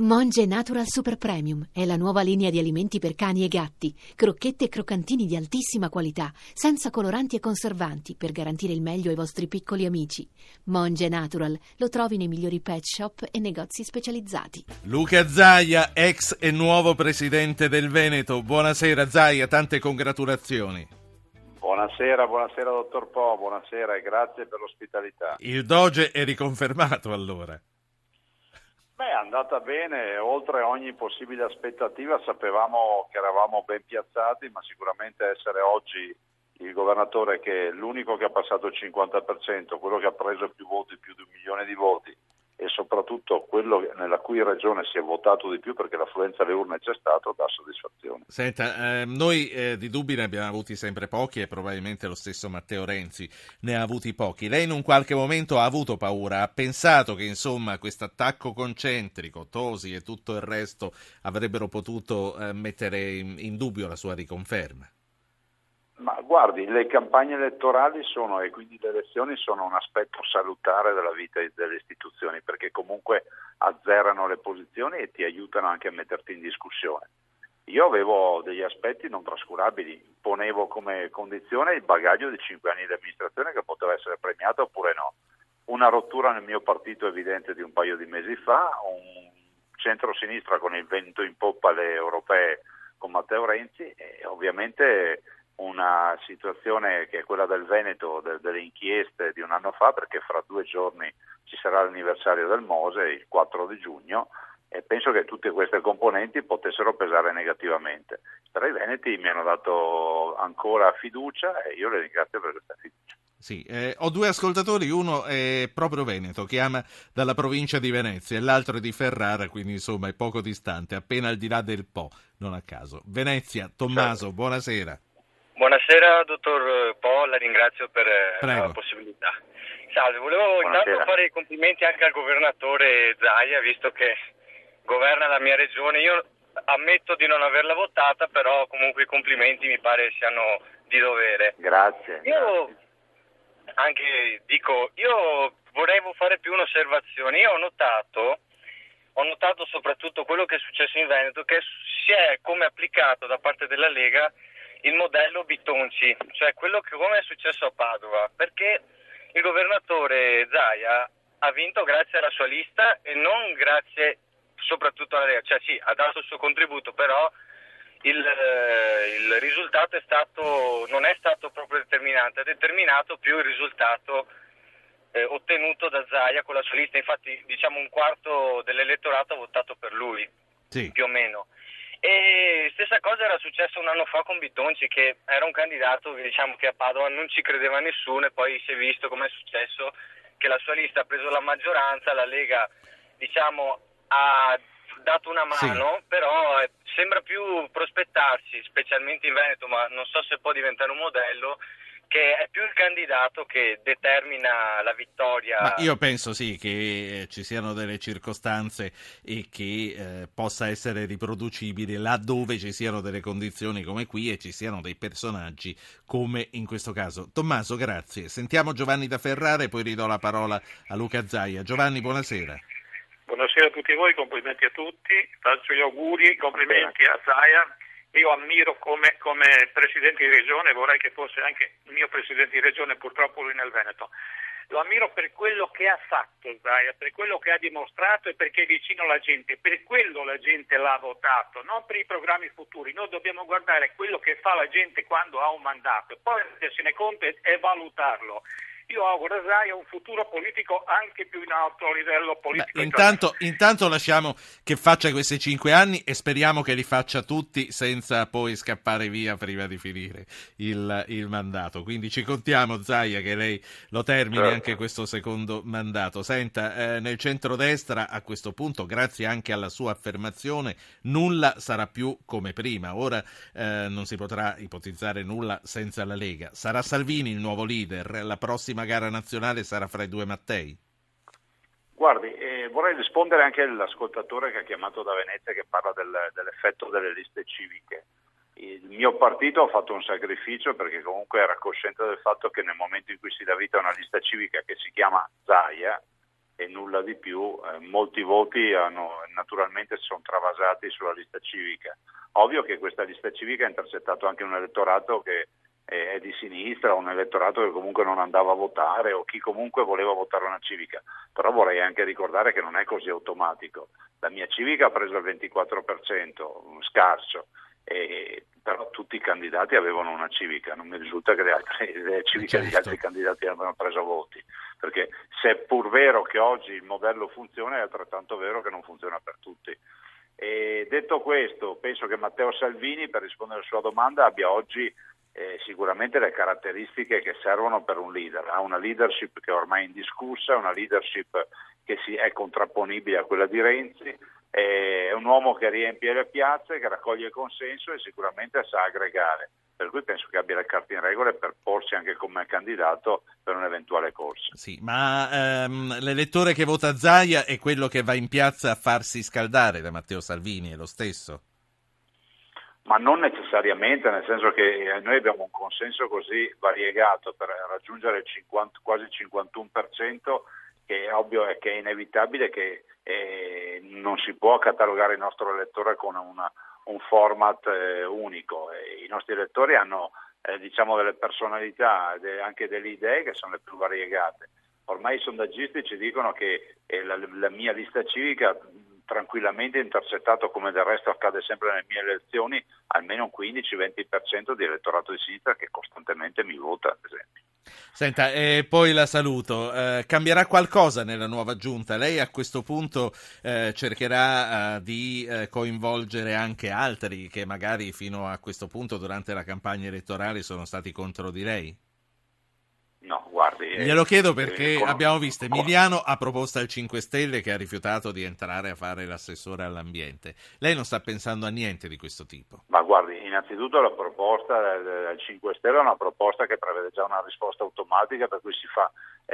Monge Natural Super Premium è la nuova linea di alimenti per cani e gatti, crocchette e croccantini di altissima qualità, senza coloranti e conservanti, per garantire il meglio ai vostri piccoli amici. Monge Natural lo trovi nei migliori pet shop e negozi specializzati. Luca Zaia, ex e nuovo presidente del Veneto. Buonasera Zaia, tante congratulazioni. Buonasera dottor Po, buonasera e grazie per l'ospitalità. Il Doge è riconfermato allora? È andata bene, oltre ogni possibile aspettativa. Sapevamo che eravamo ben piazzati, ma sicuramente essere oggi il governatore che è l'unico che ha passato il 50%, quello che ha preso più voti, più di 1 milione di voti, e soprattutto quello nella cui regione si è votato di più, perché l'affluenza alle urne c'è stato, dà soddisfazione. Senta, noi di dubbi ne abbiamo avuti sempre pochi, e probabilmente lo stesso Matteo Renzi ne ha avuti pochi. Lei in un qualche momento ha avuto paura, ha pensato che insomma questo attacco concentrico, Tosi e tutto il resto avrebbero potuto mettere in dubbio la sua riconferma? Ma guardi, le campagne elettorali e quindi le elezioni sono un aspetto salutare della vita delle istituzioni, perché comunque azzerano le posizioni e ti aiutano anche a metterti in discussione. Io avevo degli aspetti non trascurabili, ponevo come condizione il bagaglio di 5 anni di amministrazione che poteva essere premiato oppure no. Una rottura nel mio partito evidente di un paio di mesi fa, un centro-sinistra con il vento in poppa alle europee con Matteo Renzi e ovviamente una situazione che è quella del Veneto, delle inchieste di un anno fa, perché fra 2 giorni ci sarà l'anniversario del Mose, il 4 di giugno, e penso che tutte queste componenti potessero pesare negativamente. Però i veneti mi hanno dato ancora fiducia e io le ringrazio per questa fiducia. Sì, ho 2 ascoltatori, uno è proprio veneto, chiama dalla provincia di Venezia, e l'altro è di Ferrara, quindi insomma è poco distante, appena al di là del Po, non a caso. Venezia, Tommaso, certo. Buonasera. Buonasera dottor Po, la ringrazio per la possibilità. Salve, volevo intanto fare i complimenti anche al governatore Zaia, visto che governa la mia regione. Io ammetto di non averla votata, però comunque i complimenti mi pare siano di dovere. Grazie. Io volevo fare più un'osservazione. Io ho notato soprattutto quello che è successo in Veneto, che si è come applicato da parte della Lega il modello Bitonci, cioè quello che come è successo a Padova, perché il governatore Zaia ha vinto grazie alla sua lista e non grazie soprattutto alla Lega, cioè sì, ha dato il suo contributo, però il risultato non è stato proprio determinante, ha determinato più il risultato ottenuto da Zaia con la sua lista. Infatti diciamo 1/4 dell'elettorato ha votato per lui, sì, più o meno. E stessa cosa era successo 1 anno fa con Bitonci, che era un candidato che a Padova non ci credeva nessuno, e poi si è visto come è successo, che la sua lista ha preso la maggioranza, la Lega ha dato una mano, sì, però sembra più prospettarsi, specialmente in Veneto, ma non so se può diventare un modello, che è più il candidato che determina la vittoria. Ma io penso sì che ci siano delle circostanze e che possa essere riproducibile laddove ci siano delle condizioni come qui e ci siano dei personaggi come in questo caso. Tommaso, grazie. Sentiamo Giovanni da Ferrara e poi ridò la parola a Luca Zaia. Giovanni, buonasera. Buonasera a tutti voi, complimenti a tutti, faccio gli auguri, complimenti a Zaia. Io ammiro come presidente di regione, vorrei che fosse anche il mio presidente di regione, purtroppo lui nel Veneto. Lo ammiro per quello che ha fatto Zaia, per quello che ha dimostrato e perché è vicino alla gente, per quello la gente l'ha votato, non per i programmi futuri. Noi dobbiamo guardare quello che fa la gente quando ha un mandato e poi rendersene conto e valutarlo. Io auguro a Zaia un futuro politico anche più in alto a livello politico. Intanto lasciamo che faccia questi 5 anni e speriamo che li faccia tutti senza poi scappare via prima di finire il mandato. Quindi ci contiamo, Zaia, che lei lo termini, certo, anche questo secondo mandato. Senta, nel centrodestra a questo punto, grazie anche alla sua affermazione, nulla sarà più come prima. Ora non si potrà ipotizzare nulla senza la Lega. Sarà Salvini il nuovo leader? La prossima gara nazionale sarà fra i 2 Mattei? Guardi, vorrei rispondere anche all'ascoltatore che ha chiamato da Venezia, che parla dell'effetto delle liste civiche. Il mio partito ha fatto un sacrificio perché comunque era cosciente del fatto che nel momento in cui si dà vita a una lista civica che si chiama Zaia, e nulla di più. Molti voti naturalmente si sono travasati sulla lista civica. Ovvio che questa lista civica ha intercettato anche un elettorato che è di sinistra, un elettorato che comunque non andava a votare o chi comunque voleva votare una civica, però vorrei anche ricordare che non è così automatico. La mia civica ha preso il 24%, scarso, però tutti i candidati avevano una civica, non mi risulta che le civiche degli altri candidati abbiano preso voti, perché se è pur vero che oggi il modello funziona, è altrettanto vero che non funziona per tutti. E detto questo, penso che Matteo Salvini, per rispondere alla sua domanda, abbia oggi sicuramente le caratteristiche che servono per un leader. Ha una leadership che è ormai indiscussa, una leadership che è contrapponibile a quella di Renzi, è un uomo che riempie le piazze, che raccoglie consenso e sicuramente sa aggregare, per cui penso che abbia le carte in regola per porsi anche come candidato per un'eventuale corsa. Sì, ma l'elettore che vota Zaia è quello che va in piazza a farsi scaldare da Matteo Salvini, è lo stesso? Ma non necessariamente, nel senso che noi abbiamo un consenso così variegato per raggiungere quasi il 51%, che è ovvio e che è inevitabile che non si può catalogare il nostro elettore con un format unico. I nostri elettori hanno delle personalità, anche delle idee che sono le più variegate. Ormai i sondaggisti ci dicono che la mia lista civica tranquillamente intercettato, come del resto accade sempre nelle mie elezioni, almeno un 15-20% di elettorato di sinistra che costantemente mi vota, ad esempio. Senta, poi la saluto. Cambierà qualcosa nella nuova giunta? Lei a questo punto cercherà di coinvolgere anche altri che magari fino a questo punto durante la campagna elettorale sono stati contro di lei? No, guardi... Glielo chiedo perché abbiamo visto Emiliano ha proposto al 5 Stelle che ha rifiutato di entrare a fare l'assessore all'ambiente. Lei non sta pensando a niente di questo tipo? Ma guardi, innanzitutto la proposta del 5 Stelle è una proposta che prevede già una risposta automatica, per cui si fa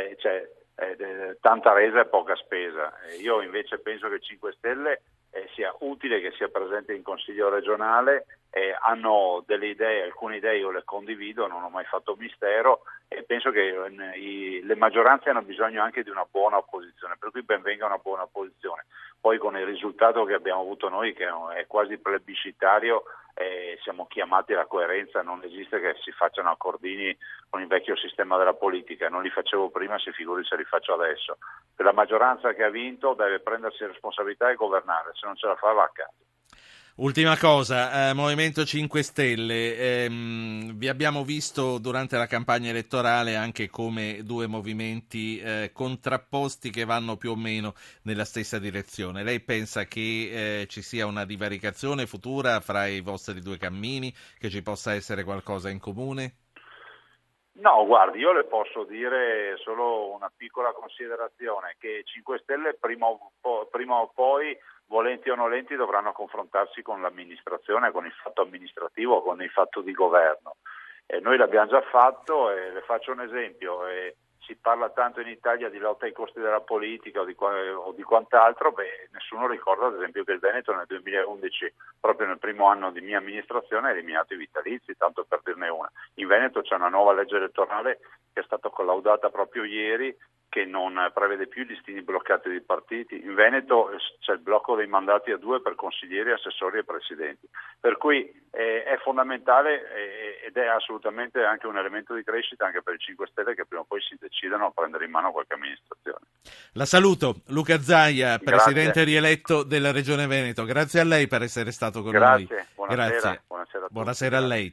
tanta resa e poca spesa. Io invece penso che il 5 Stelle sia utile che sia presente in Consiglio regionale, hanno delle idee, alcune idee io le condivido, non ho mai fatto mistero e penso che le maggioranze hanno bisogno anche di una buona opposizione, per cui ben venga una buona opposizione. Poi con il risultato che abbiamo avuto noi, che è quasi plebiscitario, siamo chiamati alla coerenza, non esiste che si facciano accordini con il vecchio sistema della politica, non li facevo prima, si figuri se li faccio adesso. Per la maggioranza che ha vinto deve prendersi responsabilità e governare, se non ce la fa va a casa. Ultima cosa, Movimento 5 Stelle, vi abbiamo visto durante la campagna elettorale anche come due movimenti contrapposti che vanno più o meno nella stessa direzione. Lei pensa che ci sia una divaricazione futura fra i vostri due cammini, che ci possa essere qualcosa in comune? No, guardi, io le posso dire solo una piccola considerazione, che 5 Stelle prima o poi, volenti o nolenti, dovranno confrontarsi con l'amministrazione, con il fatto amministrativo, con il fatto di governo. Noi l'abbiamo già fatto e le faccio un esempio. Si parla tanto in Italia di lotta ai costi della politica o di quant'altro, nessuno ricorda ad esempio che il Veneto nel 2011, proprio nel primo anno di mia amministrazione, ha eliminato i vitalizi, tanto per dirne una. In Veneto c'è una nuova legge elettorale che è stata collaudata proprio ieri, che non prevede più listini bloccati dei partiti. In Veneto c'è il blocco dei mandati a 2 per consiglieri, assessori e presidenti. Per cui è fondamentale ed è assolutamente anche un elemento di crescita anche per i 5 Stelle che prima o poi si decidano a prendere in mano qualche amministrazione. La saluto, Luca Zaia, presidente rieletto della Regione Veneto. Grazie a lei per essere stato con noi. Buonasera. Grazie. Buonasera a lei.